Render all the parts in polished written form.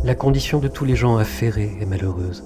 La condition de tous les gens affairés est malheureuse.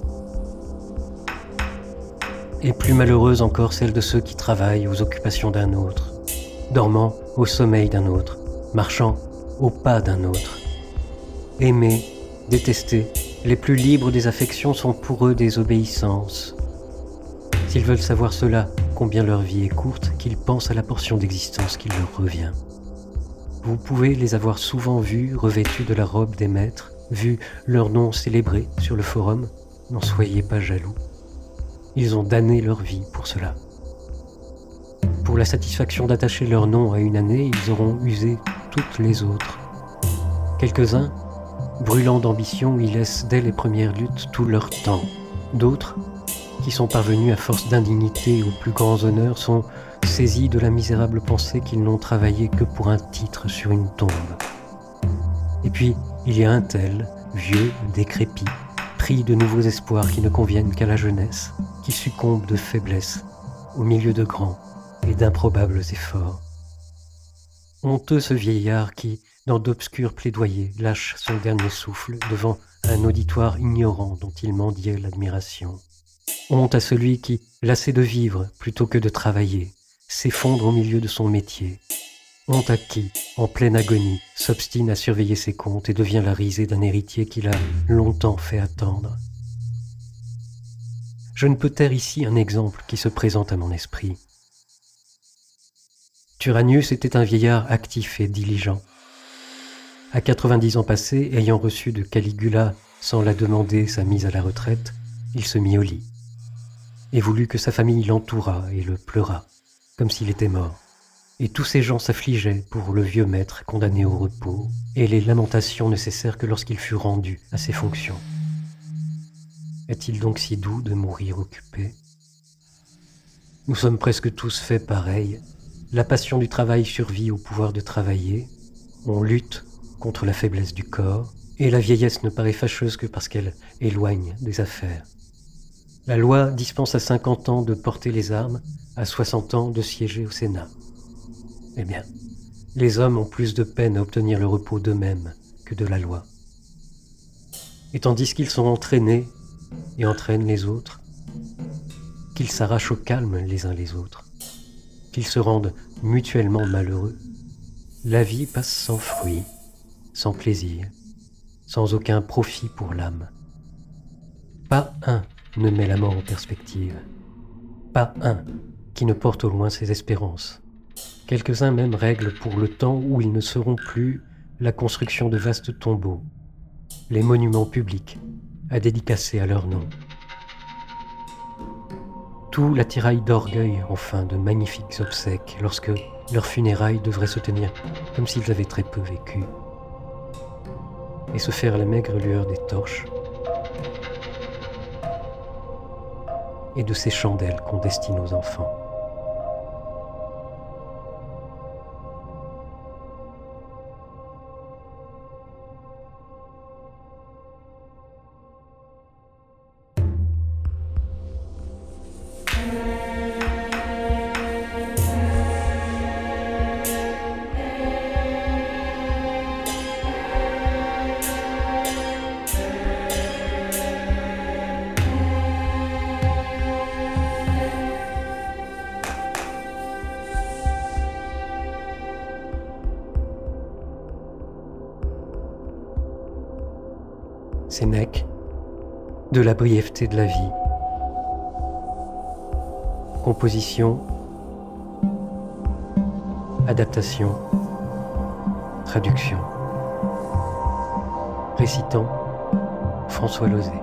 Et plus malheureuse encore celle de ceux qui travaillent aux occupations d'un autre, dormant au sommeil d'un autre, marchant au pas d'un autre. Aimés, détestés, les plus libres des affections sont pour eux des obéissances. S'ils veulent savoir cela, combien leur vie est courte, qu'ils pensent à la portion d'existence qui leur revient. Vous pouvez les avoir souvent vus revêtus de la robe des maîtres, vu leur nom célébré sur le forum, n'en soyez pas jaloux. Ils ont damné leur vie pour cela. Pour la satisfaction d'attacher leur nom à une année, ils auront usé toutes les autres. Quelques-uns, brûlants d'ambition, y laissent dès les premières luttes tout leur temps. D'autres, qui sont parvenus à force d'indignité aux plus grands honneurs, sont saisis de la misérable pensée qu'ils n'ont travaillé que pour un titre sur une tombe. Et puis, il y a un tel, vieux, décrépit, pris de nouveaux espoirs qui ne conviennent qu'à la jeunesse, qui succombe de faiblesse au milieu de grands et d'improbables efforts. Honteux ce vieillard qui, dans d'obscurs plaidoyers, lâche son dernier souffle devant un auditoire ignorant dont il mendiait l'admiration. Honte à celui qui, lassé de vivre plutôt que de travailler, s'effondre au milieu de son métier. Honte à qui, en pleine agonie, s'obstine à surveiller ses comptes et devient la risée d'un héritier qu'il a longtemps fait attendre. Je ne peux taire ici un exemple qui se présente à mon esprit. Turanius était un vieillard actif et diligent. À 90 ans passés, ayant reçu de Caligula, sans la demander, sa mise à la retraite, il se mit au lit et voulut que sa famille l'entourât et le pleurât, comme s'il était mort. Et tous ces gens s'affligeaient pour le vieux maître condamné au repos, et les lamentations ne cessèrent que lorsqu'il fut rendu à ses fonctions. Est-il donc si doux de mourir occupé ? Nous sommes presque tous faits pareils. La passion du travail survit au pouvoir de travailler. On lutte contre la faiblesse du corps, et la vieillesse ne paraît fâcheuse que parce qu'elle éloigne des affaires. La loi dispense à 50 ans de porter les armes, à 60 ans de siéger au Sénat. Eh bien, les hommes ont plus de peine à obtenir le repos d'eux-mêmes que de la loi. Et tandis qu'ils sont entraînés et entraînent les autres, qu'ils s'arrachent au calme les uns les autres, qu'ils se rendent mutuellement malheureux, la vie passe sans fruit, sans plaisir, sans aucun profit pour l'âme. Pas un ne met la mort en perspective, pas un qui ne porte au loin ses espérances. Quelques-uns même règlent pour le temps où ils ne seront plus la construction de vastes tombeaux, les monuments publics à dédicacer à leur nom. Tout l'attirail d'orgueil, enfin, de magnifiques obsèques, lorsque leurs funérailles devraient se tenir comme s'ils avaient très peu vécu, et se faire la maigre lueur des torches et de ces chandelles qu'on destine aux enfants. Sénèque, de la brièveté de la vie. Composition, adaptation, traduction. Récitant, François Lozé.